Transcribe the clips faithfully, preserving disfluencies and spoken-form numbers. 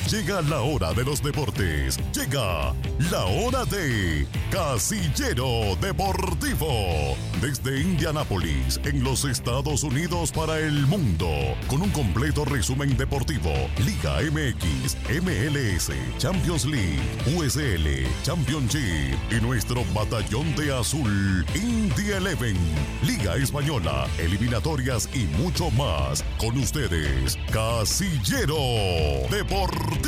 Llega la hora de los deportes. Llega la hora de Casillero Deportivo. Desde Indianápolis, en los Estados Unidos para el mundo. Con un completo resumen deportivo. Liga M X, M L S, Champions League, U S L, Championship y nuestro batallón de azul, Indy Eleven. Liga Española, eliminatorias y mucho más. Con ustedes, Casillero Deportivo.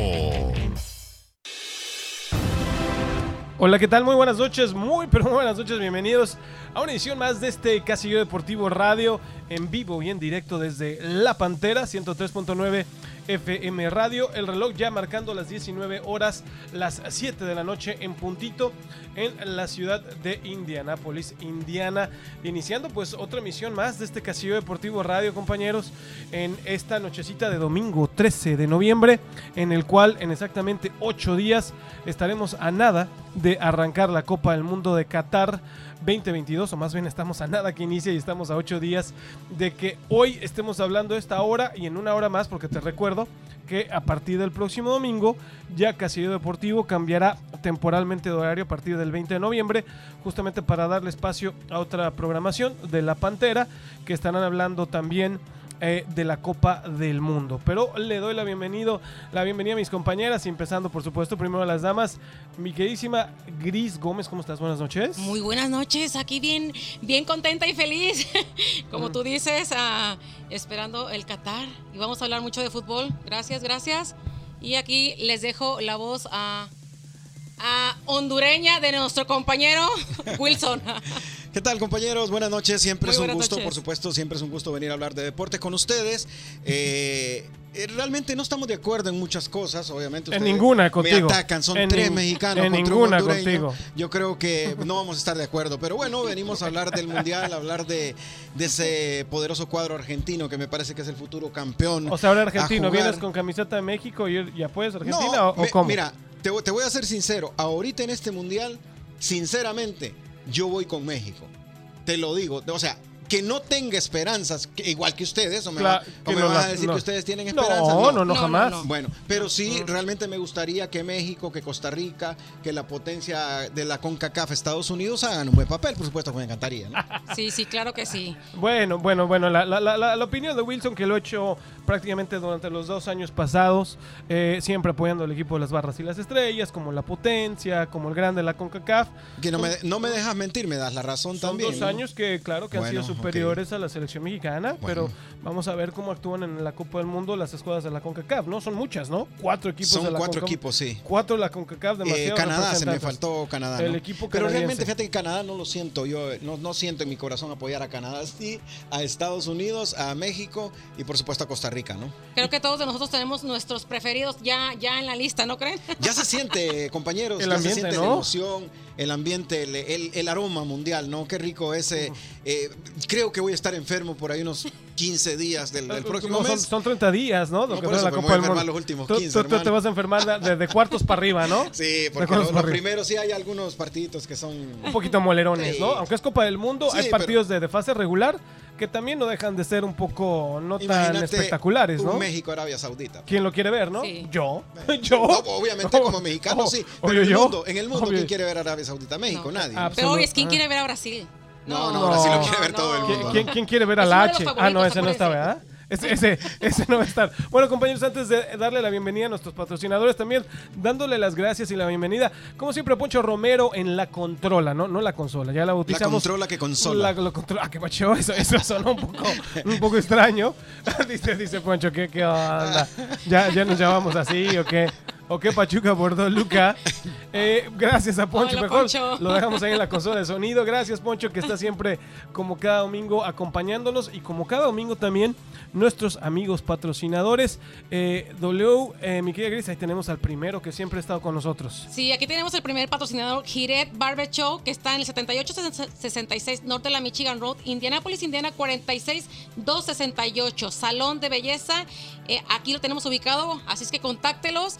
Hola, ¿qué tal? Muy buenas noches, muy pero muy buenas noches, bienvenidos a una edición más de este Casillero Deportivo Radio, en vivo y en directo desde La Pantera, ciento tres punto nueve F M Radio, el reloj ya marcando las diecinueve horas, las siete de la noche en puntito, en la ciudad de Indianápolis, Indiana, iniciando pues otra emisión más de este Casillero Deportivo Radio, compañeros, en esta nochecita de domingo trece de noviembre, en el cual en exactamente ocho días estaremos a nada de arrancar la Copa del Mundo de Qatar veinte veintidós, o más bien estamos a nada que inicie y estamos a ocho días de que hoy estemos hablando esta hora y en una hora más, porque te recuerdo que a partir del próximo domingo ya Casillero Deportivo cambiará temporalmente de horario a partir del veinte de noviembre, justamente para darle espacio a otra programación de La Pantera, que estarán hablando también Eh, de la Copa del Mundo. Pero le doy la bienvenido, la bienvenida a mis compañeras, empezando por supuesto primero a las damas. Mi queridísima Gris Gómez, ¿cómo estás? Buenas noches. Muy buenas noches, aquí bien, bien contenta y feliz, como mm. tú dices, uh, esperando el Qatar, y vamos a hablar mucho de fútbol. Gracias, gracias. Y aquí les dejo la voz a, a hondureña de nuestro compañero Wilson. ¿Qué tal, compañeros? Buenas noches, siempre Muy es un buenas gusto, noches. por supuesto, siempre es un gusto venir a hablar de deporte con ustedes. Eh, realmente no estamos de acuerdo en muchas cosas, obviamente. En ninguna contigo. Me atacan, son en tres ni- mexicanos en contra ninguna un hondureño. contigo. Yo creo que no vamos a estar de acuerdo, pero bueno, venimos a hablar del Mundial, a hablar de, de ese poderoso cuadro argentino que me parece que es el futuro campeón. O sea, ahora argentino, a jugar. ¿vienes con camiseta de México y, y apoyas a Argentina No, o, o me- cómo? Mira, te, te voy a ser sincero, ahorita en este Mundial, sinceramente, yo voy con México. Te lo digo, o sea, que no tenga esperanzas, que, igual que ustedes, o me, Claro, va, que o me no vas la- a decir no. que ustedes tienen No, esperanzas. no, no, No, jamás. no, no. Bueno, pero sí, realmente me gustaría que México, que Costa Rica, que la potencia de la CONCACAF, Estados Unidos, hagan un buen papel, por supuesto que me encantaría, ¿no? Sí, sí, claro que sí. Bueno, bueno, bueno, la, la, la, la opinión de Wilson, que lo he hecho prácticamente durante los dos años pasados, eh, siempre apoyando al equipo de las Barras y las Estrellas, como la potencia, como el grande de la CONCACAF. Que no Son- me, no me dejas mentir, me das la razón Son también. dos ¿no? años que, claro, que Bueno, han sido superiores a la selección mexicana, pero vamos a ver cómo actúan en la Copa del Mundo las escuadras de la CONCACAF, ¿no? Son muchas, ¿no? Cuatro equipos Son de la cuatro CONCACAF. equipos, sí. Cuatro de la CONCACAF, Eh, demasiado Canadá, se me representantes. faltó Canadá. El ¿no? equipo Pero canadiense. realmente, fíjate que Canadá no lo siento. Yo no, no siento en mi corazón apoyar a Canadá, sí, a Estados Unidos, a México y por supuesto a Costa Rica, ¿no? Creo que todos de nosotros tenemos nuestros preferidos ya, ya en la lista, ¿no creen? Ya se siente, compañeros, El ya ambiente, se siente ¿no? la emoción, el ambiente, el, el, el aroma mundial, ¿no? Qué rico ese. Eh, creo que voy a estar enfermo por ahí unos quince días del, del próximo No, son, mes. son treinta días, ¿no? Lo No, que por dura eso, la pero me Copa voy a del Mundo. enfermar los últimos Tú- quince, tú, tú te hermano. vas a enfermar desde cuartos para arriba, ¿no? Sí, De porque cuartos los, para los arriba. primeros sí hay algunos partiditos que son... Un poquito molerones, Sí. ¿no? Aunque es Copa del Mundo, Sí, hay partidos de, de fase regular que también no dejan de ser un poco no tan Imagínate espectaculares, ¿no? un México-Arabia Saudita. ¿Quién lo quiere ver, no? Sí. Yo. Yo. No, obviamente como mexicano Oh, sí, obvio pero en el yo. mundo, en el mundo Obvio. ¿quién quiere ver a Arabia Saudita? México, No. nadie. Ah, Pero hoy es Absoluto. ¿quién quiere ver a Brasil? No, no, No. Brasil lo quiere ver No, todo el no. ¿Quién, mundo. quién- ¿no? quién quiere ver a Es la uno de H? los Ah, no, favoritos, ese no está, acuérdense. ¿verdad? Ese, ese, ese no va a estar. Bueno, compañeros, antes de darle la bienvenida a nuestros patrocinadores, también dándole las gracias y la bienvenida, como siempre, a Poncho Romero en la controla, ¿no? No la consola, ya la La bautizamos. controla que consola. La, lo controla. Ah, qué macho, eso, eso sonó un poco, un poco extraño. dice, dice Poncho, ¿qué, qué onda? ¿Ya, ¿Ya nos llamamos así o qué? ¿O qué Pachuca por dos Luca? Eh, gracias a Poncho, Hola, mejor Poncho. lo dejamos ahí en la consola de sonido. Gracias, Poncho, que está siempre como cada domingo acompañándonos, y como cada domingo también nuestros amigos patrocinadores. Eh, W, eh, mi querida Gris, ahí tenemos al primero que siempre ha estado con nosotros. Sí, aquí tenemos el primer patrocinador, Giret Barber Show, que está en el setenta y ocho sesenta y seis Norte de la Michigan Road, Indianapolis, Indiana, cuarenta y seis doscientos sesenta y ocho. Salón de belleza, eh, aquí lo tenemos ubicado, así es que contáctelos. Gracias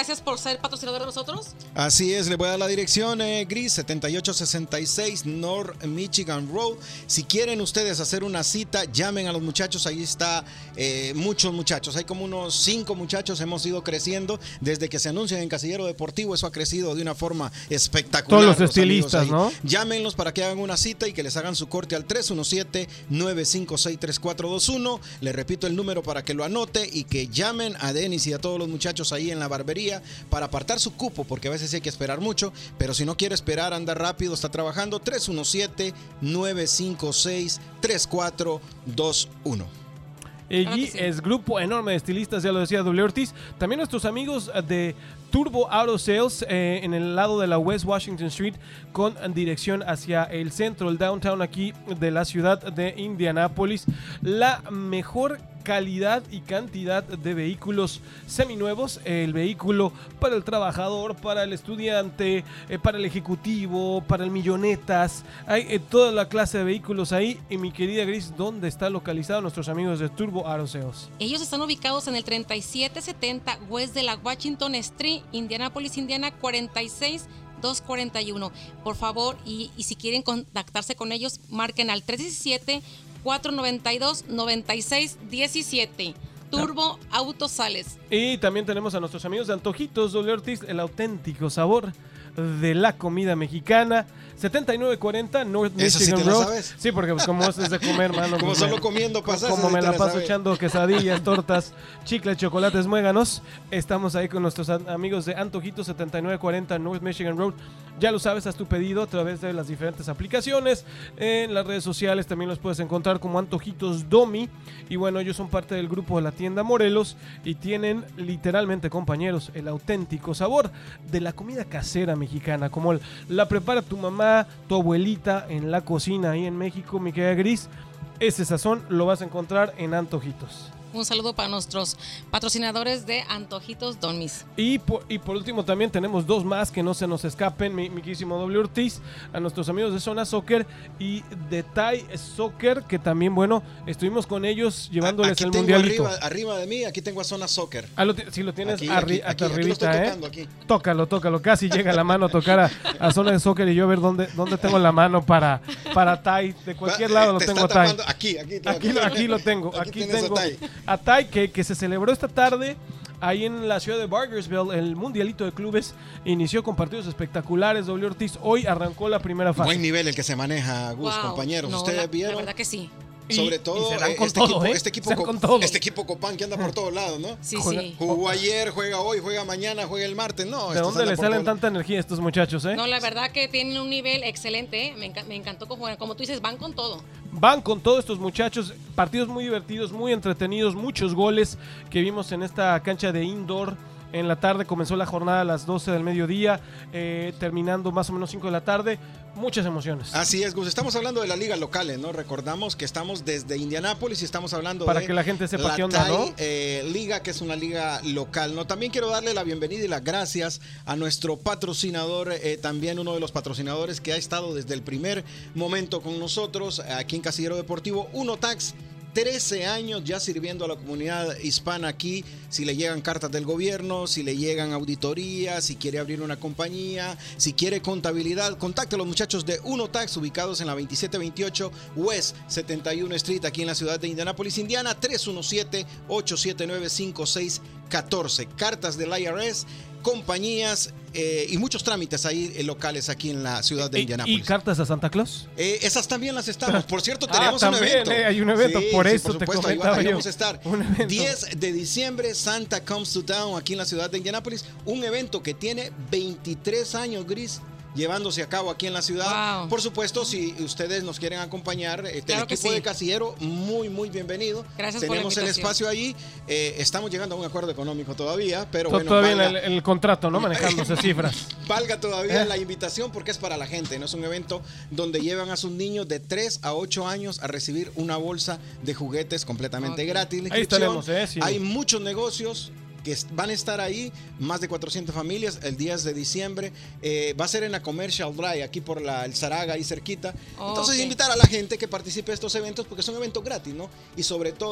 gracias por ser patrocinador de nosotros. Así es, le voy a dar la dirección, eh, Gris, setenta y ocho sesenta y seis North Michigan Road. Si quieren ustedes hacer una cita, llamen a los muchachos, ahí está eh, muchos muchachos, hay como unos cinco muchachos, hemos ido creciendo desde que se anuncian en Casillero Deportivo, eso ha crecido de una forma espectacular. Todos los estilistas, ¿no? Llámenlos para que hagan una cita y que les hagan su corte al tres uno siete, nueve cinco seis, tres cuatro dos uno. Le repito el número para que lo anote y que llamen a Denis y a todos los muchachos ahí en la barbería para apartar su cupo, porque a veces hay que esperar mucho, pero si no quiere esperar, anda rápido, está trabajando. Tres uno siete, nueve cinco seis, tres cuatro dos uno. Allí Claro que sí. es grupo enorme de estilistas, ya lo decía W. Ortiz. También nuestros amigos de Turbo Auto Sales eh, en el lado de la West Washington Street con dirección hacia el centro, el downtown aquí de la ciudad de Indianápolis. La mejor calidad y cantidad de vehículos seminuevos, el vehículo para el trabajador, para el estudiante, eh, para el ejecutivo, para el millonetas. Hay eh, toda la clase de vehículos ahí. Y mi querida Gris, ¿dónde está localizado nuestros amigos de Turbo Auto Sales? Ellos están ubicados en el treinta y siete setenta West de la Washington Street, Indianapolis, Indiana, cuarenta y seis doscientos cuarenta y uno. Por favor, y, y si quieren contactarse con ellos, marquen al tres uno siete, cuatro nueve dos, nueve seis uno siete. Turbo Auto Sales. Y también tenemos a nuestros amigos de Antojitos, W. Ortiz, el auténtico sabor de la comida mexicana. setenta y nueve cuarenta North ¿Esa Michigan sí te la Road. sabes? Sí, porque pues, como es de comer, mano. Como pues, solo me- comiendo pasas, Como esa me sí la te paso sabes. echando quesadillas, tortas, chicles, chocolates, muéganos. Estamos ahí con nuestros an- amigos de Antojitos, setenta y nueve cuarenta North Michigan Road. Ya lo sabes, haz tu pedido a través de las diferentes aplicaciones. En las redes sociales también los puedes encontrar como Antojitos Domi. Y bueno, ellos son parte del grupo de la tienda Morelos y tienen literalmente, compañeros, el auténtico sabor de la comida casera mexicana, como el- la prepara tu mamá, tu abuelita en la cocina ahí en México, mi querida Gris. Ese sazón lo vas a encontrar en Antojitos. Un saludo para nuestros patrocinadores de Antojitos Domis. Y por, y por último también tenemos dos más que no se nos escapen, mi, mi querísimo W. Ortiz, a nuestros amigos de Zona Soccer y de Thai Soccer, que también, bueno, estuvimos con ellos llevándoles Aquí el tengo mundialito. arriba, arriba de mí, aquí tengo a Zona Soccer. Ah, lo ti- si lo tienes Aquí, arri- aquí, hasta aquí, aquí lo estoy arribita, ¿eh? tocando, aquí. Tócalo, tócalo. Casi llega la mano a tocar a, a Zona de Soccer y yo a ver dónde, dónde tengo la mano para, para Thai. De cualquier lado lo Te tengo está a Thai. tapando- Aquí, aquí. Aquí, lo- aquí lo tengo. Aquí, tienes a tengo Tai. a Tai que, que se celebró esta tarde ahí en la ciudad de Bargersville. El mundialito de clubes inició con partidos espectaculares. W. Ortiz hoy arrancó la primera fase. Buen nivel el que se maneja, Gus, Wow. compañeros. No, Ustedes la, vieron. La verdad que sí. Y- Sobre y todo se dan eh, con este, todo, equipo, ¿eh? este, equipo Se dan co- con todo. este equipo Copán que anda por todos lados, ¿no? Sí, Juega- sí. Jugó ayer, juega hoy, juega mañana, juega el martes. No, ¿De estos dónde andan le por salen todo- tanta energía a estos muchachos, eh? No, la verdad que tienen un nivel excelente. ¿eh? Me, enca- me encantó cómo juegan. Como tú dices, van con todo. Van con todos estos muchachos, partidos muy divertidos, muy entretenidos, muchos goles que vimos en esta cancha de indoor. En la tarde comenzó la jornada a las doce del mediodía, eh, terminando más o menos cinco de la tarde. Muchas emociones. Así es, Gus. Estamos hablando de las ligas locales, ¿no? Recordamos que estamos desde Indianápolis y estamos hablando Para de que la gente sepa la qué onda, Thai, ¿no? eh, Liga, que es una liga local, ¿no? También quiero darle la bienvenida y las gracias a nuestro patrocinador, eh, también uno de los patrocinadores que ha estado desde el primer momento con nosotros aquí en Casillero Deportivo, Uno Tax. trece años ya sirviendo a la comunidad hispana aquí. Si le llegan cartas del gobierno, si le llegan auditorías, si quiere abrir una compañía, si quiere contabilidad, contacte a los muchachos de Uno Tax, ubicados en la veintisiete veintiocho West setenta y uno Street, aquí en la ciudad de Indianápolis, Indiana. Tres uno siete, ocho siete nueve, cinco seis uno cuatro. Cartas del I R S, compañías eh, y muchos trámites ahí eh, locales aquí en la ciudad de ¿Y, Indianápolis. y cartas a Santa Claus? Eh, esas también las estamos. Por cierto, Ah, tenemos un también, evento. eh, hay un evento, por eso te supuesto, ahí va- comentaba ahí yo. vamos a estar. Un evento. diez de diciembre, Santa Comes to Town, aquí en la ciudad de Indianápolis. Un evento que tiene veintitrés años, Gris, llevándose a cabo aquí en la ciudad. Wow. Por supuesto, si ustedes nos quieren acompañar, eh, Claro el que equipo sí. de Casillero, muy, muy bienvenido. Gracias por la Tenemos el invitación. espacio allí. Eh, estamos llegando a un acuerdo económico todavía, pero To- bueno, Todavía en valga- el, en el contrato, ¿no? Manejándose cifras. Valga todavía ¿Eh? la invitación porque es para la gente, no es un evento donde llevan a sus niños de tres a ocho años a recibir una bolsa de juguetes completamente Ok. gratis. La Ahí inscripción, estaremos, ¿eh? Sí. Hay muchos negocios que est- van a estar ahí, más de cuatrocientas familias el diez de diciembre. Eh, va a ser en la Commercial Drive, aquí por la, el Zaraga, ahí cerquita. Oh, Entonces, ok. invitar a la gente que participe de estos eventos porque son eventos gratis, ¿no? Y sobre todo,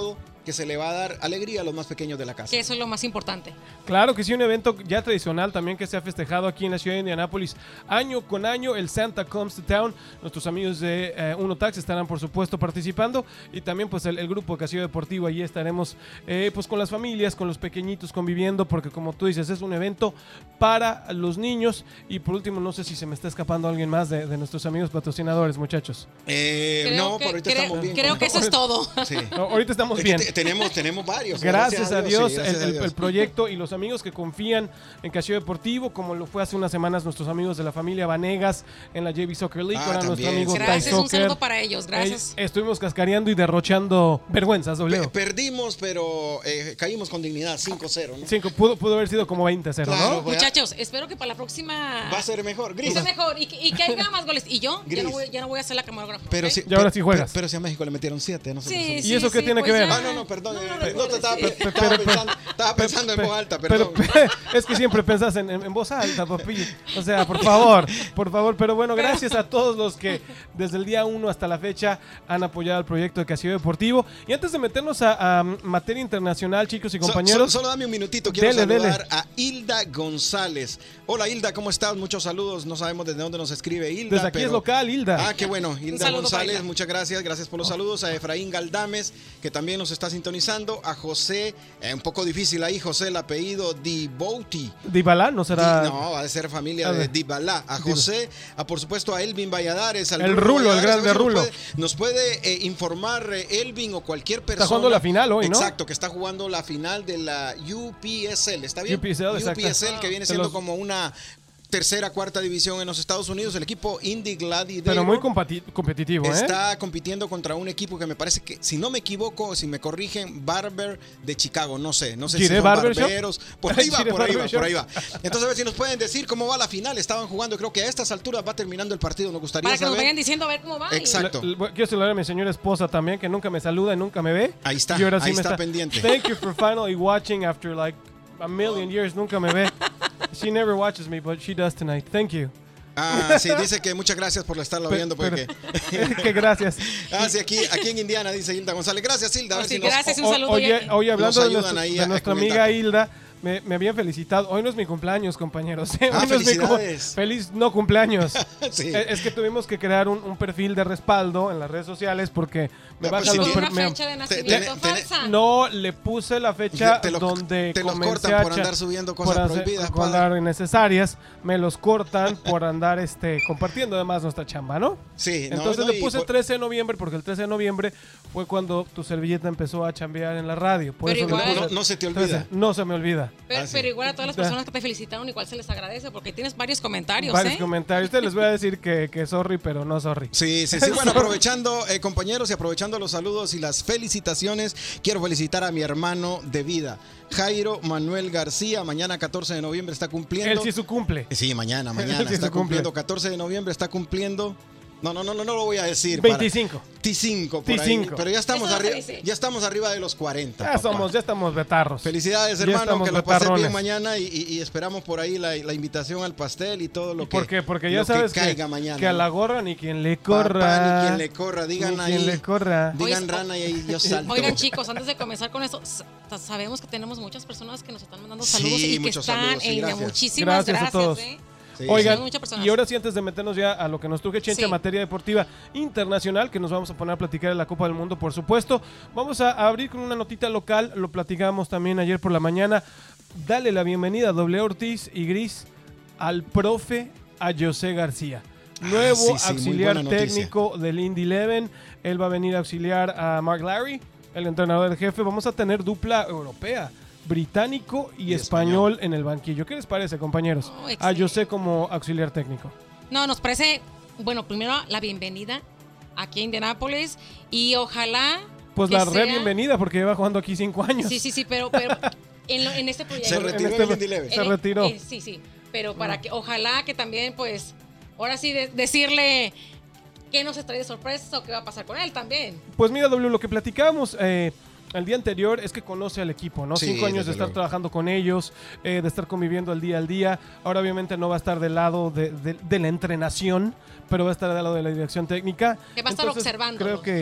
que se le va a dar alegría a los más pequeños de la casa. Que eso es lo más importante. Claro que sí, un evento ya tradicional también que se ha festejado aquí en la ciudad de Indianápolis año con año, el Santa Comes to Town. Nuestros amigos de eh, Uno Tax estarán por supuesto participando y también pues el, el grupo de Casillo Deportivo, allí estaremos eh, pues con las familias, con los pequeñitos conviviendo, porque como tú dices es un evento para los niños. Y por último, no sé si se me está escapando alguien más de, de nuestros amigos patrocinadores, muchachos. Eh, Creo no, que- por ahorita creo- estamos bien. Creo que eso es todo. Sí. No, ahorita estamos Es que bien. te- tenemos, tenemos varios. Gracias a Dios, sí, gracias el, a el- Dios. el proyecto y los amigos que confían en Casillo Deportivo, como lo fue hace unas semanas nuestros amigos de la familia Vanegas en la J V Soccer League, Ah, ahora nuestro también, amigo sí. Thai Gracias, un Soccer. saludo para ellos. Gracias. Eh, estuvimos cascareando y derrochando vergüenzas, Pe- W. Perdimos, pero eh, caímos con dignidad, cinco cero, ¿no? Cinco, pudo, pudo haber sido como veinte a cero, Claro, ¿no? pues. Muchachos, espero que para la próxima Va a ser mejor, Gris. sea mejor y, que- y que haya más goles. Y yo ya Gris. no, voy, ya no voy a ser la camarógrafa. Pero ¿ok? si, Y ahora pero- sí juegas. Pero, pero si a México le metieron siete, no sé. Sí, ¿Y eso qué tiene que pues ver? ya. Ah, no, no, perdón. No, no, eh, no, no, te estaba, sí. estaba Pero- pensando, estaba pensando en Pe- voz alta, pero perdón. es que siempre pensás en, en- en voz alta, papi. O sea, por favor, por favor. Pero bueno, gracias a todos los que desde el día uno hasta la fecha han apoyado el proyecto de Casillo Deportivo. Y antes de meternos a, a materia internacional, chicos y So- compañeros, so- solo dame un minutito, quiero Dele, saludar a Hilda González. Hola Hilda, ¿cómo estás? Muchos saludos, no sabemos desde dónde nos escribe Hilda. desde aquí pero- es local, Hilda. Ah, qué bueno, Hilda saludo para González, Hilda. muchas gracias, gracias por los saludos. A Efraín Galdames, que también nos está sintonizando. A José, eh, un poco difícil ahí, José, el apellido Dibouti. Dybala, ¿no será? Di- no, va a ser familia A de ver. Dybala. A José, a por supuesto a Elvin Valladares. Al El Rulo Rulo, el Valladares. grande A ver si Rulo. Nos puede, nos puede, eh, informar eh, Elvin o cualquier persona. jugando la final hoy, ¿no? Exacto, que está jugando la final de la U P S L. ¿Está bien? U P S L, exacto. U P S L, que viene De siendo los- como una tercera, cuarta división en los Estados Unidos. El equipo Indy Gladiator. Pero muy compati- competitivo, ¿eh? Está compitiendo contra un equipo que me parece que, si no me equivoco, si me corrigen, Barber de Chicago, no sé, no sé Giré si son Barbershop. barberos. Por ahí va, Giré por ahí va, Barbershop. por ahí va. Entonces, a ver si nos pueden decir cómo va la final. Estaban jugando, creo que a estas alturas va terminando el partido. Nos gustaría Para que nos saber. vayan diciendo a ver cómo va. y- Exacto. Le- le- quiero saludar a mi señora esposa también, que nunca me saluda y nunca me ve. Ahí está, Y ahora sí ahí me está pendiente. Thank you for finally watching after like a million years. Nunca me ve. She never watches me, but she does tonight. Thank you. Ah, sí, dice que muchas gracias por estarlo Pero- viendo. Porque... que gracias. ah, sí, aquí, aquí en Indiana, dice Hilda González. Gracias, Hilda. A ver Oh, sí, si nos- gracias. Un O- saludo oye, ya. oye, hablando Nos de, ayudan nuestro- ahí de a nuestra comentar. amiga Hilda, me, me habían felicitado. Hoy no es mi cumpleaños, compañeros. ¿eh? Ah, Hoy no es mi cum- felicidades. Feliz no cumpleaños. Sí. Eh, Es que tuvimos que crear un, un perfil de respaldo en las redes sociales porque me Ah, pues bajan sí, los... Con per- una me- fecha de te- nacimiento te- te- falsa. No, le puse la fecha Te los- donde te los comencé cortan a por cha- andar subiendo por cosas hacer- prohibidas, por padre. andar innecesarias. Me los cortan por andar este compartiendo además nuestra chamba, ¿no? Sí, no, Entonces no, le y puse por- trece de noviembre porque el trece de noviembre fue cuando tu servilleta empezó a chambear en la radio. Por Pero eso le igual- puse No- no se te trece. olvida. No se me olvida. Pero, Ah, sí. pero igual a todas las Ya. personas que te felicitaron, igual se les agradece porque tienes varios comentarios. Varios ¿eh? comentarios. Te les voy a decir que, que sorry, pero no sorry. Sí, sí, sí. Bueno, aprovechando, eh, compañeros, y aprovechando los saludos y las felicitaciones, quiero felicitar a mi hermano de vida, Jairo Manuel García. Mañana, catorce de noviembre, está cumpliendo. Él sí su cumple. Sí, mañana, mañana. Él sí está se cumple. cumpliendo. catorce de noviembre está cumpliendo. No, no, no, no, no lo voy a decir. veinticinco. Para- T cinco, por T ahí. cinco. Pero ya estamos, Eso no se arriba, dice. ya estamos arriba de los cuarenta. Ya papá. somos, ya estamos betarros. Felicidades, Ya hermano, estamos que lo pases betarrones. bien mañana y, y- y esperamos por ahí la, la invitación al pastel y todo lo que, ¿Por qué? Porque ya lo sabes que, caiga mañana. que a la gorra ni quien le corra. Papá, ni quien le corra, digan Ni ahí. quien le corra. Digan Oye, rana y ahí yo salto. Oigan, chicos, antes de comenzar con esto, s- sabemos que tenemos muchas personas que nos están mandando Sí, saludos y que muchos están saludos, sí, en línea. gracias. Muchísimas Gracias a gracias. todos. ¿eh? Sí, Oigan, Son muchas personas. y ahora sí, antes de meternos ya a lo que nos truje Chencha Sí. en materia deportiva internacional, que nos vamos a poner a platicar de la Copa del Mundo, por supuesto, vamos a abrir con una notita local, lo platicamos también ayer por la mañana. Dale la bienvenida a W Ortiz y Gris al profe, a José García. Nuevo sí, sí, muy auxiliar buena noticia. técnico del Indy Eleven. Él va a venir a auxiliar a Mark Larry, el entrenador del jefe. Vamos a tener dupla europea, británico y, Y español, español. en el banquillo. ¿Qué les parece, compañeros? Oh, a excelente. José como auxiliar técnico. No, nos parece, bueno, primero la bienvenida aquí a Indianápolis y ojalá. Pues que la re sea- bienvenida porque lleva jugando aquí cinco años. Sí, sí, sí, pero, pero en, lo- en este proyecto. Se retiró En el este- Indy Eleven. se Eh, retiró. eh, sí, sí, pero para que, ojalá que también, pues, ahora sí de- decirle qué nos trae de sorpresa o qué va a pasar con él también. Pues mira, W, lo que platicábamos eh, el día anterior es que conoce al equipo, ¿no? Sí, Cinco años desde de estar luego. trabajando con ellos, eh, de estar conviviendo al día al día. Ahora obviamente no va a estar del lado de, de- de la entrenación, pero va a estar del lado de la dirección técnica. Que va a estar Entonces, observándolos. Creo que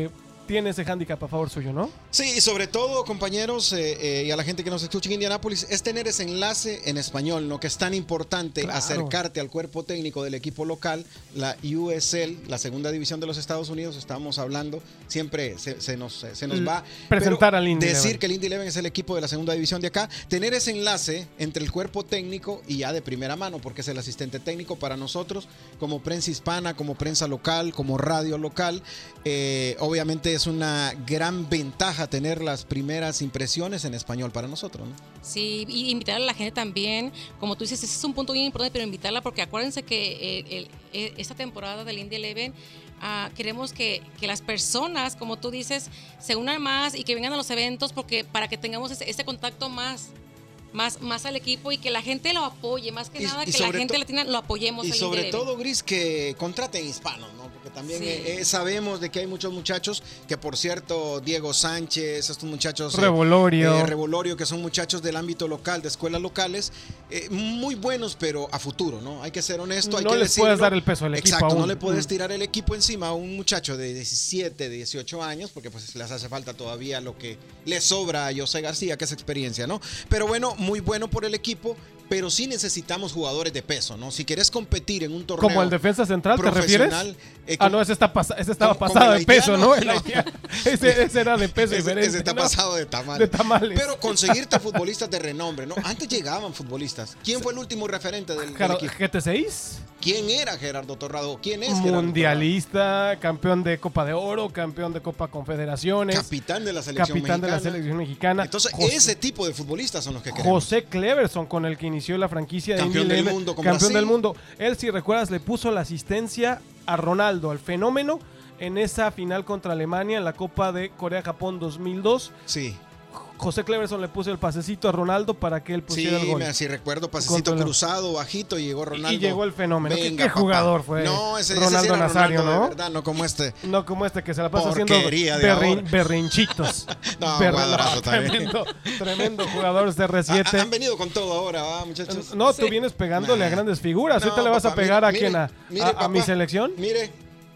tiene ese hándicap a favor suyo, ¿no? Sí, y sobre todo, compañeros, eh, eh, y a la gente que nos escucha en Indianápolis, es tener ese enlace en español, ¿no? Que es tan importante Claro. acercarte al cuerpo técnico del equipo local, la U S L, la segunda división de los Estados Unidos, estamos hablando, siempre se, se nos, se nos va. Presentar pero al Indy Decir Eleven. que el Indy Eleven es el equipo de la segunda división de acá, tener ese enlace entre el cuerpo técnico y ya de primera mano, porque es el asistente técnico para nosotros, como prensa hispana, como prensa local, como radio local. Eh, obviamente es una gran ventaja tener las primeras impresiones en español para nosotros, ¿no? Sí, y invitar a la gente también, como tú dices, ese es un punto bien importante, pero invitarla porque acuérdense que el, el, el, esta temporada del Indy Eleven uh, queremos que, que las personas, como tú dices, se unan más y que vengan a los eventos porque para que tengamos ese, ese contacto más. Más, más al equipo y que la gente lo apoye, más que Y- nada y que la sobre gente to- latina lo apoyemos. Y al sobre Indy Eleven. todo, Gris, que contraten hispanos, ¿no? Porque también Sí. eh, eh, sabemos de que hay muchos muchachos, que por cierto, Diego Sánchez, estos muchachos... eh, Revolorio. eh, Revolorio, que son muchachos del ámbito local, de escuelas locales, eh, muy buenos, pero a futuro, ¿no? Hay que ser honesto, hay No que les decirlo. puedes dar el peso al equipo Exacto, aún. no le puedes Mm. tirar el equipo encima a un muchacho de diecisiete, de dieciocho años, porque pues les hace falta todavía lo que le sobra a José García, que es experiencia, ¿no? Pero bueno, muy bueno por el equipo, pero sí necesitamos jugadores de peso, ¿no? Si quieres competir en un torneo Como el defensa central, ¿te refieres? profesional, eh, Ah, como- no, ese, está pasa- ese estaba como- pasado como el de peso, haitiano. ¿no? El No. haitiano. Ese, ese era de peso ese, diferente. ese está ¿no? pasado de tamales. De tamales. Pero conseguirte futbolistas de renombre, ¿no? Antes llegaban futbolistas. ¿Quién fue el último referente del, del Jaro- equipo? G T seis, ¿Quién era Gerardo Torrado? ¿Quién es Gerardo mundialista, campeón de Copa de Oro, campeón de Copa Torrado? Confederaciones, Capitán de la selección capitán de la mexicana. selección mexicana. Entonces, José- ese tipo de futbolistas son los que queremos. José Cleverson, con el que inició la franquicia de Campeón Indy del Eleven, mundo con campeón Brasil. del mundo. Él, si recuerdas, le puso la asistencia a Ronaldo, al fenómeno, en esa final contra Alemania en la Copa de Corea-Japón dos mil dos. Sí, José Cleverson le puso el pasecito a Ronaldo para que él sí, pusiera el gol. me así recuerdo, pasecito Contra la- cruzado, bajito, y llegó Ronaldo. Y llegó el fenómeno. ¿Qué- Venga, qué papá. jugador fue No, ese, ese Ronaldo sí era Nazario, Ronaldo ¿no? de verdad, no como este. No como este que se la pasa Porquería haciendo de berrin- ahora. berrinchitos. No, Berrin- jugadorazo también. tremendo, tremendo jugador de R Ha- siete. han venido con todo ahora, ¿va, muchachos? No, tú Sí. vienes pegándole Nah. a grandes figuras. No, ¿Ahorita le vas a papá, pegar mire, a quién? ¿A, mire, a- a papá. mi selección? Mire,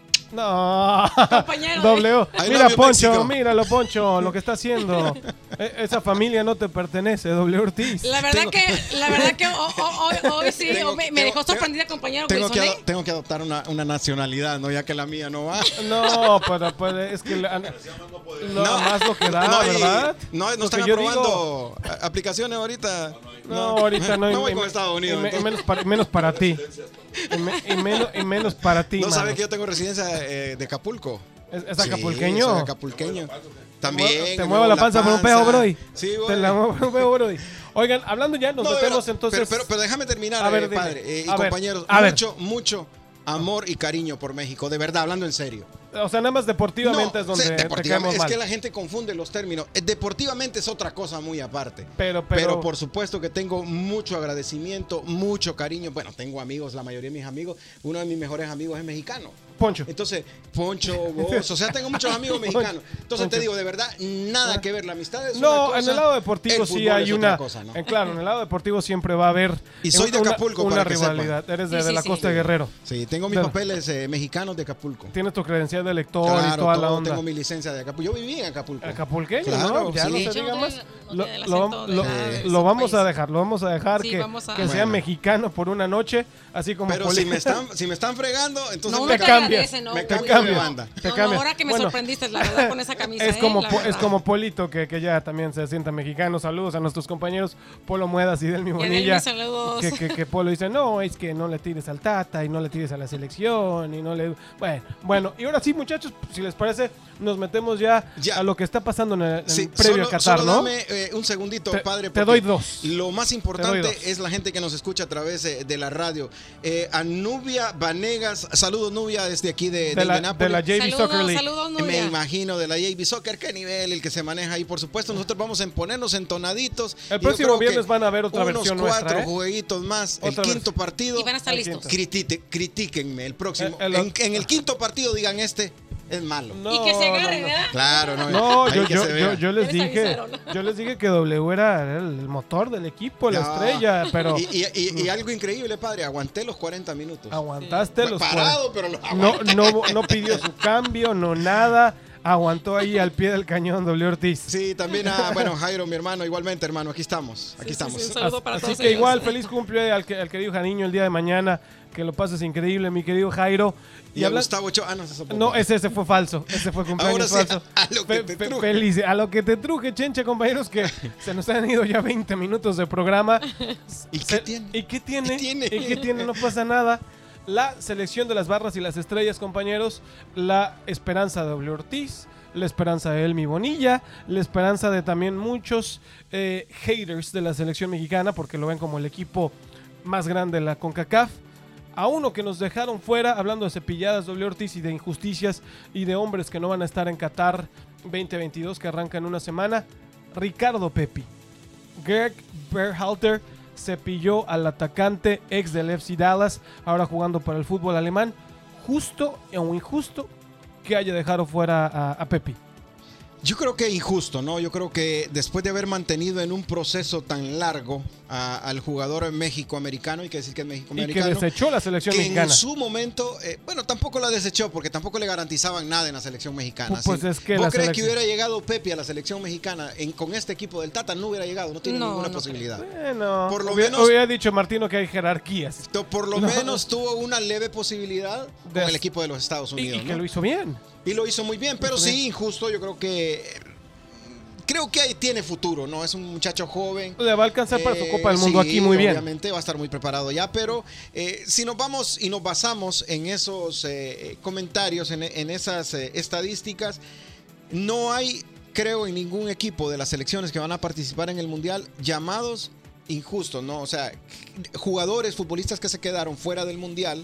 No. Compañero, W. I Mira, love you, Poncho, México. míralo, Poncho, lo que está haciendo. E- Esa familia no te pertenece, W. Ortiz. La verdad Tengo- que, la verdad que ho- ho- hoy, hoy sí Tengo- me, me tengo- dejó sorprendida, compañero tengo Wilson, que, ¿eh? ado- tengo que adoptar una, una nacionalidad, ¿no? Ya que la mía no va. No, pero pues, es que la- no, más lo que da, no, y- ¿verdad? No, no Lo están que yo digo- aprobando a- aplicaciones ahorita. No, ahorita no. No y- voy y- con Estados Unidos. Y, me- y entonces. menos, para, menos para ti. Y, me- y menos, y menos para ti, No mano. sabe que yo tengo residencia eh, de Acapulco. ¿Es, es Sí, acapulqueño? soy acapulqueño. También. Te me muevo la panza por un pejo, Brody. Sí, Te güey. la muevo por un pejo, Brody. Oigan, hablando ya, nos No, de metemos verdad, entonces. Pero, pero, pero déjame terminar, A ver, eh, dime. padre eh, y A ver, compañeros. a ver. mucho, mucho amor y cariño por México. De verdad, hablando en serio. O sea, nada más deportivamente No, es donde sí, te deportivamente, caemos es mal. que la gente confunde los términos. Eh, Deportivamente es otra cosa muy aparte. Pero, pero, Pero por supuesto que tengo mucho agradecimiento, mucho cariño. Bueno, tengo amigos, la mayoría de mis amigos. Uno de mis mejores amigos es mexicano. Poncho. Entonces, Poncho, vos, o sea, tengo muchos amigos mexicanos. Entonces Poncho. te digo, de verdad, nada que ver. La amistad es una No, cosa, en el lado deportivo el sí fútbol hay es otra una. cosa, ¿no? eh, claro, en el lado deportivo siempre va a haber. Y soy de una- Acapulco, Una, para que rivalidad. Eres de, Sí, de sí, la sí. Costa de Guerrero. Sí, tengo mis Pero- papeles eh, mexicanos de Acapulco. Tienes tu credencial de lector y Claro, toda la todo, onda. tengo mi licencia de Acapulco. Yo viví en Acapulco. Acapulqueño, Claro, ¿no? Ya sí. no De se hecho, diga no más. tiene- no Lo, tiene el lo- acento de lo- nada de lo su vamos a país. dejar, lo vamos a dejar Sí, que, vamos a- que sea Bueno. mexicano por una noche, así como Pero Poli- si me están, si me están fregando, entonces No, me uno te cambia, agradece, ¿no? me Uno te cambio cambia, de banda. te No, no, cambia. ahora que me Bueno, sorprendiste, la verdad, con esa camisa. Es ¿eh? como, La Po- verdad. es como Polito, que, que ya también se sienta mexicano. Saludos a nuestros compañeros Polo Muedas y Delmi Y a Bonilla. Delmi, saludos. Que, que, que Polo dice, no, es que no le tires al Tata y no le tires a la selección y no le... Bueno, bueno, y ahora sí, muchachos, si les parece, nos metemos ya, Ya. a lo que está pasando en el, en Sí, el previo solo, a Qatar, solo ¿no? dame eh, un segundito, Te- padre. te porque doy dos. Lo más Te doy importante dos. es la gente que nos escucha a través eh, de la radio. Eh, a Nubia Vanegas, saludos Nubia desde aquí de, de, De la, de Indianápolis. la J V Soccer Saludos, League. saludos, Me Nuria. imagino de la J V Soccer, qué nivel el que se maneja ahí, por supuesto. Nosotros vamos a ponernos entonaditos. El Y yo próximo creo viernes que van a ver otra unos versión cuatro nuestra, ¿eh? jueguitos más. Otra el quinto partido. Y van a estar Al listos. quinto. Critite- critíquenme el próximo. Eh, el- en, en el quinto partido digan este es malo. No, Y que se no, agarre, no. ¿verdad? Claro, no. No, ahí yo, que yo, se yo, vea. yo les Ya les dije, avisaron. yo les dije que W era el motor del equipo, la No. estrella, pero Y, y- y- y algo increíble, padre, aguanté los cuarenta minutos. aguantaste los Parado, pero lo cuarenta. No, no, no pidió su cambio, no nada. aguantó ahí al pie del cañón W Ortiz. Sí, también a, bueno, Jairo, mi hermano, igualmente, hermano, aquí estamos, aquí Sí, sí, estamos. sí, un saludo para Así todos que ellos. igual, feliz cumple al, que, al querido Janiño el día de mañana. Que lo pases increíble, mi querido Jairo. Y a habla- Gustavo Ochoa, ah, no, ese es otro. No, ese, ese fue falso. Ese fue cumpleaños Ahora sí, falso. a lo que Fe- te fe- truje. feliz. A lo que te truje, chenche, compañeros, que se nos han ido ya veinte minutos de programa. ¿Y Se- qué tiene? ¿Y qué tiene? ¿Qué tiene? ¿Y qué tiene? No pasa nada. La selección de las barras y las estrellas, compañeros. La esperanza de W Ortiz. La esperanza de Elmi Bonilla. La esperanza de también muchos eh, haters de la selección mexicana, porque lo ven como el equipo más grande de la CONCACAF. A uno que nos dejaron fuera, hablando de cepilladas, W Ortiz, y de injusticias y de hombres que no van a estar en Qatar veinte veintidós, que arranca en una semana, Ricardo Pepi. Greg Berhalter cepilló al atacante ex del F C Dallas, ahora jugando para el fútbol alemán. Justo o injusto que haya dejado fuera a, a Pepi. Yo creo que injusto, ¿no? Yo creo que después de haber mantenido en un proceso tan largo a- al jugador México-americano, hay que decir que es Y que México-americano, desechó la selección que mexicana. en su momento, eh, bueno, tampoco la desechó porque tampoco le garantizaban nada en la selección mexicana. Pues Si es que ¿Vos la crees selección- que hubiera llegado Pepe a la selección mexicana en- con este equipo del Tata? No hubiera llegado, no tiene No, ninguna no posibilidad. Bueno, Por lo hubiera, menos- hubiera dicho Martino que hay jerarquías. To- Por lo No. menos tuvo una leve posibilidad De- con el equipo de los Estados Y, Unidos. y que ¿no? lo hizo bien. Y lo hizo muy bien, pero hizo sí, bien. injusto. Yo creo que. eh, Creo que ahí tiene futuro, ¿no? Es un muchacho joven. Le va a alcanzar para su Eh, Copa del Mundo sí, aquí muy bien. Obviamente va a estar muy preparado ya, pero eh, si nos vamos y nos basamos en esos eh, comentarios, en, en esas eh, estadísticas, no hay, creo, en ningún equipo de las selecciones que van a participar en el Mundial llamados injustos, ¿no? O sea, jugadores, futbolistas que se quedaron fuera del Mundial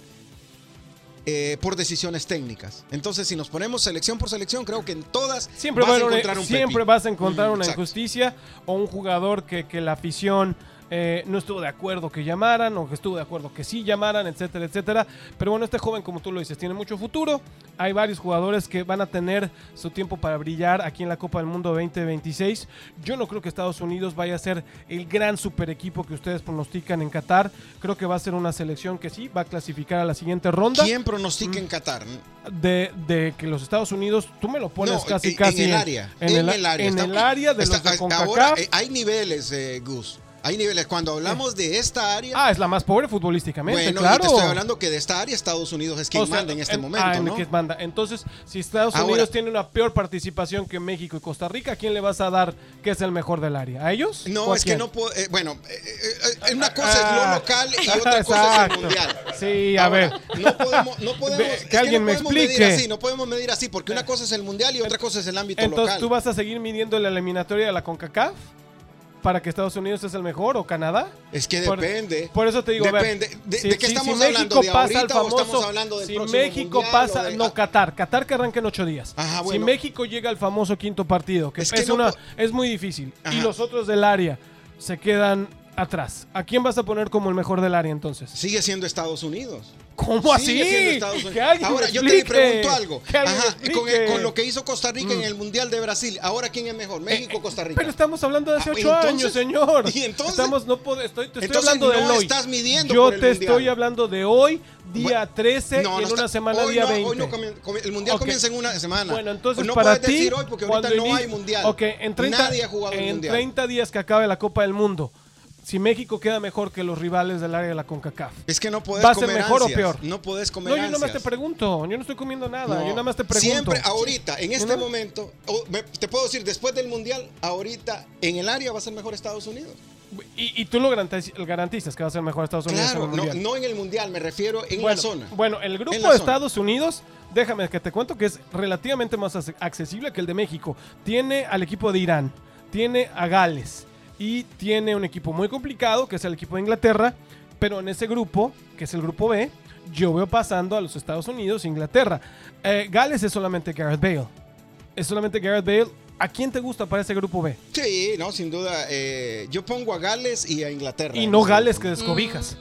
eh, por decisiones técnicas. Entonces, si nos ponemos selección por selección, creo que en todas Siempre, vas va a a haber una- encontrar un siempre Pepi. vas a encontrar Mm, una exacto. injusticia o un jugador que, que la afición eh, no estuvo de acuerdo que llamaran o que estuvo de acuerdo que sí llamaran, etcétera, etcétera. Pero bueno, este joven, como tú lo dices, tiene mucho futuro. Hay varios jugadores que van a tener su tiempo para brillar aquí en la Copa del Mundo veinte veintiséis. Yo no creo que Estados Unidos vaya a ser el gran super equipo que ustedes pronostican en Qatar. Creo que va a ser una selección que sí va a clasificar a la siguiente ronda. ¿Quién pronostica en Qatar? De, de que los Estados Unidos, tú me lo pones No, casi, en, casi en el área. En, el, en el área. en Está- el área de está- los de CONCACAF. Ahora eh, hay niveles, eh, Gus. Hay niveles. Cuando hablamos de esta área, Ah, es la más pobre futbolísticamente, bueno, claro. y te estoy hablando que de esta área Estados Unidos es quien O sea, manda en este en- momento, ah, en el ¿no? que manda. Entonces, si Estados Ahora- Unidos tiene una peor participación que México y Costa Rica, ¿a quién le vas a dar que es el mejor del área? ¿A ellos? ¿O No, a es quién? que no puedo. eh, bueno, eh, eh, eh, una cosa Ah, es lo local y otra cosa es exacto. el mundial. Sí, a Ahora, ver. No podemos, no podemos, Ve, es que que alguien no me podemos explique. medir así, no podemos medir así, porque una cosa es el mundial y otra cosa es el ámbito Entonces, local. ¿tú vas a seguir midiendo la eliminatoria de la CONCACAF para que Estados Unidos es el mejor o Canadá? Es que Por- depende. Por eso te digo, a ver, Depende. ¿De, si- de qué si- estamos si hablando? México ¿De pasa ahorita al o estamos famoso- hablando del si próximo México mundial pasa, o de- no, Qatar, Qatar que arranca en ocho días. Ajá, Si bueno. México llega al famoso quinto partido, que Es es, que no una, po- es muy difícil, y Ajá. los otros del área se quedan atrás, ¿a quién vas a poner como el mejor del área entonces? Sigue siendo Estados Unidos. ¿Cómo así? Sigue siendo Estados Unidos. Que alguien Ahora, me yo te explique. pregunto algo. Que alguien Ajá, me con, explique. con lo que hizo Costa Rica en Mm. el Mundial de Brasil, ¿ahora quién es mejor? ¿México o Costa Rica? Pero estamos hablando de hace Ah, ocho entonces- años, señor. ¿y entonces? Estamos, no puedo, estoy, te estoy Entonces hablando de no hoy. estás midiendo Yo por el te mundial. estoy hablando de hoy, día Bueno, trece, no, y no en está- una semana hoy día no, veinte. hoy no comi- comi- el mundial Ok. comienza en una semana. Bueno, entonces no para puedes ti, decir hoy porque ahorita cuando no ini- hay mundial. Ok, en treinta, Nadie ha jugado el en mundial. treinta días que acabe la Copa del Mundo, si México queda mejor que los rivales del área de la CONCACAF, Es que no puedes ¿va a ser comer mejor o ansias. peor? No puedes comer no, yo nada más te ansias. pregunto, yo no estoy comiendo nada, No. yo nada más te pregunto. Siempre, ahorita, en este ¿No? momento, o me- te puedo decir, después del mundial, ahorita en el área va a ser mejor Estados Unidos. Y, y tú lo garantiz- garantizas que va a ser mejor Estados Unidos Claro, en el no, Mundial. no en el mundial, me refiero en bueno, la zona. Bueno, el grupo En de la zona. Estados Unidos, déjame que te cuento que es relativamente más ac- accesible que el de México. Tiene al equipo de Irán, tiene a Gales y tiene un equipo muy complicado que es el equipo de Inglaterra, pero en ese grupo, que es el grupo B, yo veo pasando a los Estados Unidos e Inglaterra. Eh, Gales es solamente Gareth Bale. Es solamente Gareth Bale. ¿A quién te gusta para ese grupo B? Sí, no, sin duda. eh, yo pongo a Gales y a Inglaterra. Y en no ese Gales grupo. que descobijas.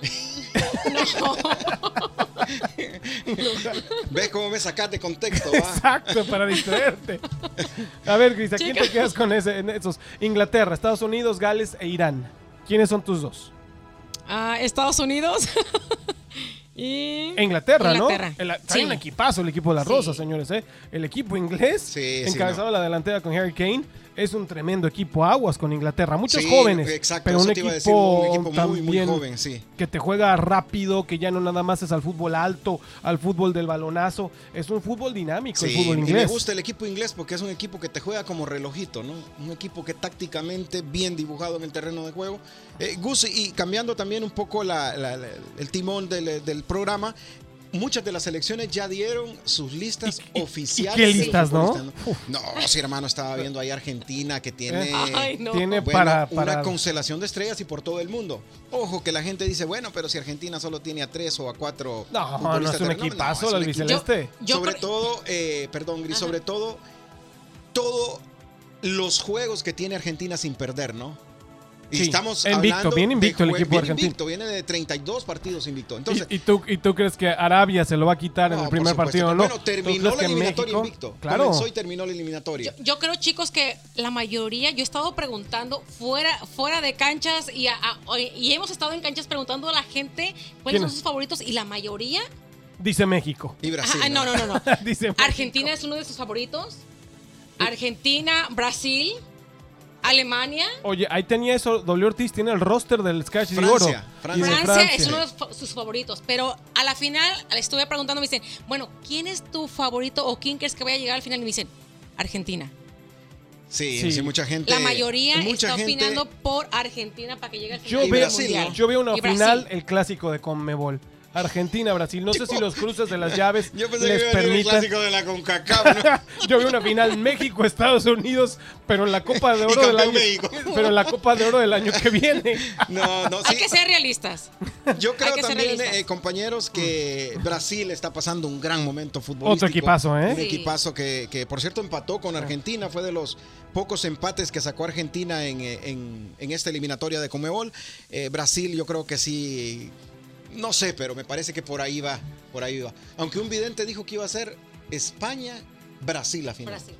¿Ves cómo me sacas de contexto? va? Exacto, para distraerte. A ver, Cris, ¿a quién te Chicas. quedas con ese, en esos? Inglaterra, Estados Unidos, Gales e Irán. ¿Quiénes son tus dos? Ah, Estados Unidos Y... Inglaterra, Inglaterra. ¿no? El, trae Sí. un equipazo el equipo de la Sí. Rosa, señores. ¿eh? El equipo inglés, Sí, sí, encabezado no. la delantera con Harry Kane, es un tremendo equipo. Aguas con Inglaterra. Muchos Sí, jóvenes, exacto, pero un eso te equipo, iba a decir, un equipo muy, muy también joven, sí. que te juega rápido, que ya no nada más es al fútbol alto, al fútbol del balonazo. Es un fútbol dinámico, el Sí, fútbol y inglés. me gusta el equipo inglés porque es un equipo que te juega como relojito, ¿no? Un equipo que tácticamente bien dibujado en el terreno de juego. Eh, Gus, y cambiando también un poco la- la- la- el timón del, del programa, muchas de las selecciones ya dieron sus listas ¿Y- y- oficiales. y qué de listas, no? futbolistas, No, sí, hermano, estaba viendo ahí Argentina que tiene... Ay, no. Tiene Bueno, para, una para constelación de estrellas y por todo el mundo. Ojo que la gente dice, bueno, pero si Argentina solo tiene a tres o a cuatro No, no futbolistas es un de renombre. equipazo es la un equipo. albiceleste. Yo sobre creo- todo, eh, perdón, Gris, Ajá. sobre todo, todos los juegos que tiene Argentina sin perder, ¿no? Y Sí, estamos invicto, hablando bien de invicto el jue- equipo bien argentino. invicto, viene de treinta y dos partidos invicto. Entonces, ¿Y, y tú, ¿Y tú crees que Arabia se lo va a quitar en no, el por primer supuesto partido o que- no? Bueno, ¿Tú terminó crees la que eliminatoria México? invicto. Claro. Comenzó y terminó la eliminatoria. Yo, yo creo, chicos, que la mayoría, yo he estado preguntando fuera, fuera de canchas y, a- a- y hemos estado en canchas preguntando a la gente cuáles son ¿Quiénes? sus favoritos y la mayoría... Dice México. Y Brasil. Ajá, no, no, no, no. Dice México. Argentina es uno de sus favoritos. Argentina, Brasil, Alemania. Oye, ahí tenía eso. W. Ortiz tiene el roster del Scratch de Francia, Oro. Francia. Y de Francia, Francia. es uno de fa- sus favoritos, pero a la final le estuve preguntando, me dicen, bueno, ¿quién es tu favorito o quién crees que vaya a llegar al final? Y me dicen, Argentina. Sí, Sí. sí, mucha gente. La mayoría mucha está gente, opinando por Argentina para que llegue al final Yo del Y veo, Brasil, Mundial. ¿no? yo veo una Y Brasil. final, el clásico de Conmebol. Argentina-Brasil. No sé si los cruces de las llaves Yo pensé les que iba a decir el permitan. clásico de la CONCACAF, ¿no? Yo veo una final México-Estados Unidos, pero en la Copa de Y Oro del campeón año. México. Pero en la Copa de Oro del año que viene. No, no, Hay sí. que ser realistas. Yo Hay creo que ser también, realistas. eh, compañeros, que Brasil está pasando un gran momento futbolístico. Otro equipazo, ¿eh? Un Sí. equipazo que, que, por cierto, empató con Argentina. Fue de los pocos empates que sacó Argentina en, eh, en, en esta eliminatoria de Conmebol. Eh, Brasil, yo creo que sí. No sé, pero me parece que por ahí va. Por ahí va. Aunque un vidente dijo que iba a ser España-Brasil la final. Brasil.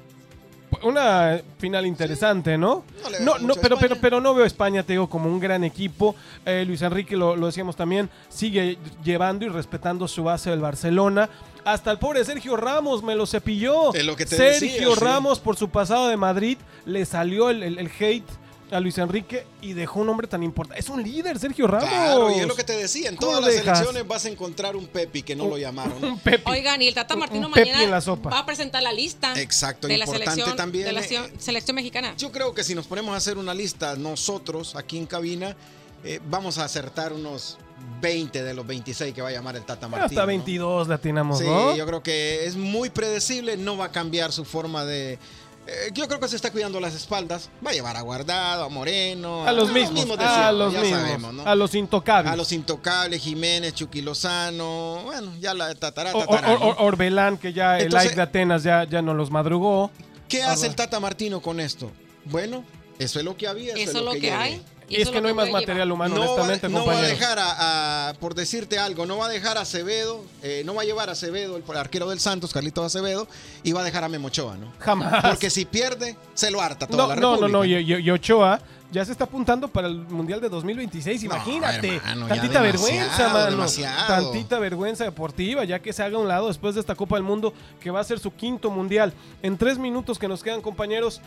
Una final interesante, ¿no? No le veo No, mucho no, a pero, España. pero, pero no veo a España, te digo, como un gran equipo. Eh, Luis Enrique, lo, lo decíamos también, sigue llevando y respetando su base del Barcelona. Hasta el pobre Sergio Ramos me lo cepilló. Es lo que te Sergio decía, sí. Ramos, por su pasado de Madrid, le salió el, el- el hate a Luis Enrique y dejó un hombre tan importante. Es un líder, Sergio Ramos. Claro, y es lo que te decía. En ¿Cómo todas lo las dejas? elecciones vas a encontrar un Pepi que no lo llamaron. ¿no? Un Pepe. Oigan, y el Tata Un- Martino un Pepi mañana en la sopa. va a presentar la lista Exacto, de la importante selección, también, de la eh, selección, selección mexicana. Yo creo que si nos ponemos a hacer una lista nosotros aquí en cabina, eh, vamos a acertar unos veinte de los veintiséis que va a llamar el Tata Martino. Hasta ¿no? veintidós latinamos, Sí, ¿no? yo creo que es muy predecible, no va a cambiar su forma de... eh, yo creo que se está cuidando las espaldas. Va a llevar a Guardado, a Moreno, A los mismos, de a siempre, los ya mismos, sabemos, ¿no? a los intocables. A los intocables, Jiménez, Chucky Lozano, bueno, ya la tatará, O- tatará, o- ¿no? o- Orbelán, que ya el Entonces- like de Atenas ya, ya no los madrugó. ¿Qué Ah, hace el va. Tata Martino con esto? Bueno, eso es lo que había, eso, Eso es lo que llegue. hay. Y es eso que no hay más puede material llevar. humano, No va, honestamente, no va a compañeros. dejar a, a- por decirte algo, no va a dejar a Acevedo, eh, no va a llevar a Acevedo, el arquero del Santos, Carlitos Acevedo, y va a dejar a Memo Ochoa, ¿no? Jamás. Porque si pierde, se lo harta toda no, la no, República. no, no, y, y- y Ochoa ya se está apuntando para el Mundial de dos mil veintiséis, imagínate. hermano, ya Tantita demasiado, vergüenza, mano. demasiado. Tantita vergüenza deportiva, ya que se haga a un lado después de esta Copa del Mundo, que va a ser su quinto Mundial. En tres minutos que nos quedan, compañeros,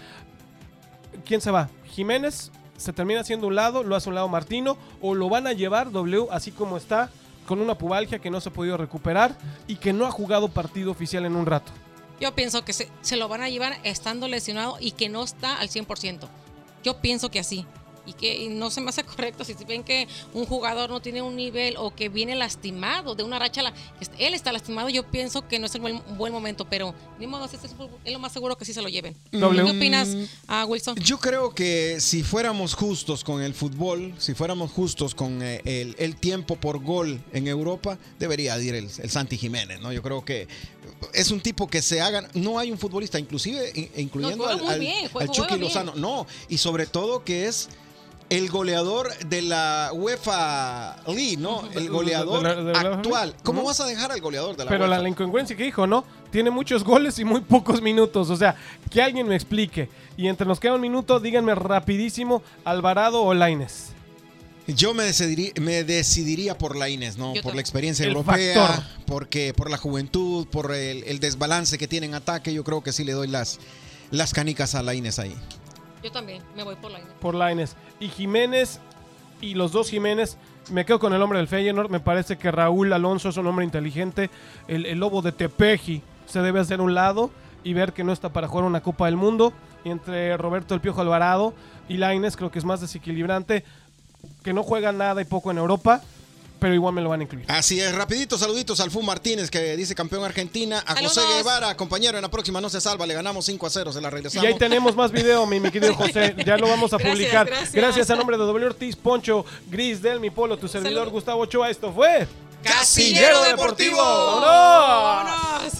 ¿quién se va? ¿Jiménez? ¿Se termina haciendo un lado? ¿Lo hace un lado Martino? ¿O lo van a llevar W así como está, con una pubalgia que no se ha podido recuperar y que no ha jugado partido oficial en un rato? Yo pienso que se, se lo van a llevar estando lesionado y que no está al cien por ciento. Yo pienso que así. Y que y no se me hace correcto si ven que un jugador no tiene un nivel o que viene lastimado de una racha, la, él está lastimado, yo pienso que no es el buen, buen momento, pero ni modo, es, es lo más seguro que sí se lo lleven. W. ¿Qué opinas, ah, Wilson? Yo creo que si fuéramos justos con el fútbol, si fuéramos justos con eh, el, el tiempo por gol en Europa, debería ir el, el Santi Jiménez, ¿no? Yo creo que es un tipo que se haga, no hay un futbolista, inclusive in- incluyendo juega al, muy al- bien, juega- al Chucky juega bien. Lozano, no, y sobre todo que es el goleador de la UEFA League, ¿no? El goleador De la- de la- actual. ¿Cómo Ujú. vas a dejar al goleador de la Pero UEFA? la incongruencia que dijo, ¿no? Tiene muchos goles y muy pocos minutos. O sea, que alguien me explique. Y entre nos queda un minuto, díganme rapidísimo, Alvarado o Lainez. Yo me decidiría, me decidiría por Lainez, ¿no? Yo por también. la experiencia El europea, factor. porque por la juventud, por el, el desbalance que tiene en ataque, yo creo que sí le doy las, las canicas a Lainez ahí. Yo también, me voy por la Inés. Por Lainez. Y Jiménez, y los dos Jiménez, me quedo con el hombre del Feyenoord. Me parece que Raúl Alonso es un hombre inteligente. El, el lobo de Tepeji se debe hacer a un lado y ver que no está para jugar una Copa del Mundo. Y entre Roberto el Piojo Alvarado y Lainez creo que es más desequilibrante, que no juega nada y poco en Europa, pero igual me lo van a incluir. Así es, rapidito, saluditos al Fu Martínez, que dice campeón Argentina. A ¡Saludos! José Guevara, compañero, en la próxima no se salva, le ganamos cinco a cero, se la Y regresamos. ahí tenemos más video, mi, mi querido José. Ya lo vamos a Gracias, publicar. gracias. Gracias a nombre de W Ortiz, Poncho, Gris, Del, mi Polo, tu servidor Salud. Gustavo Ochoa. Esto fue Casillero Deportivo. ¡Vámonos! ¡Vámonos!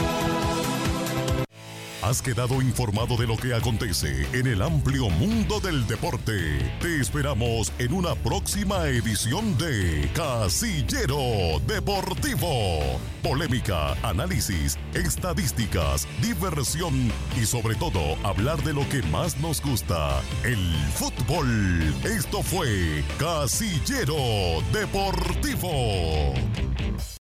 Has quedado informado de lo que acontece en el amplio mundo del deporte. Te esperamos en una próxima edición de Casillero Deportivo. Polémica, análisis, estadísticas, diversión y sobre todo hablar de lo que más nos gusta, el fútbol. Esto fue Casillero Deportivo.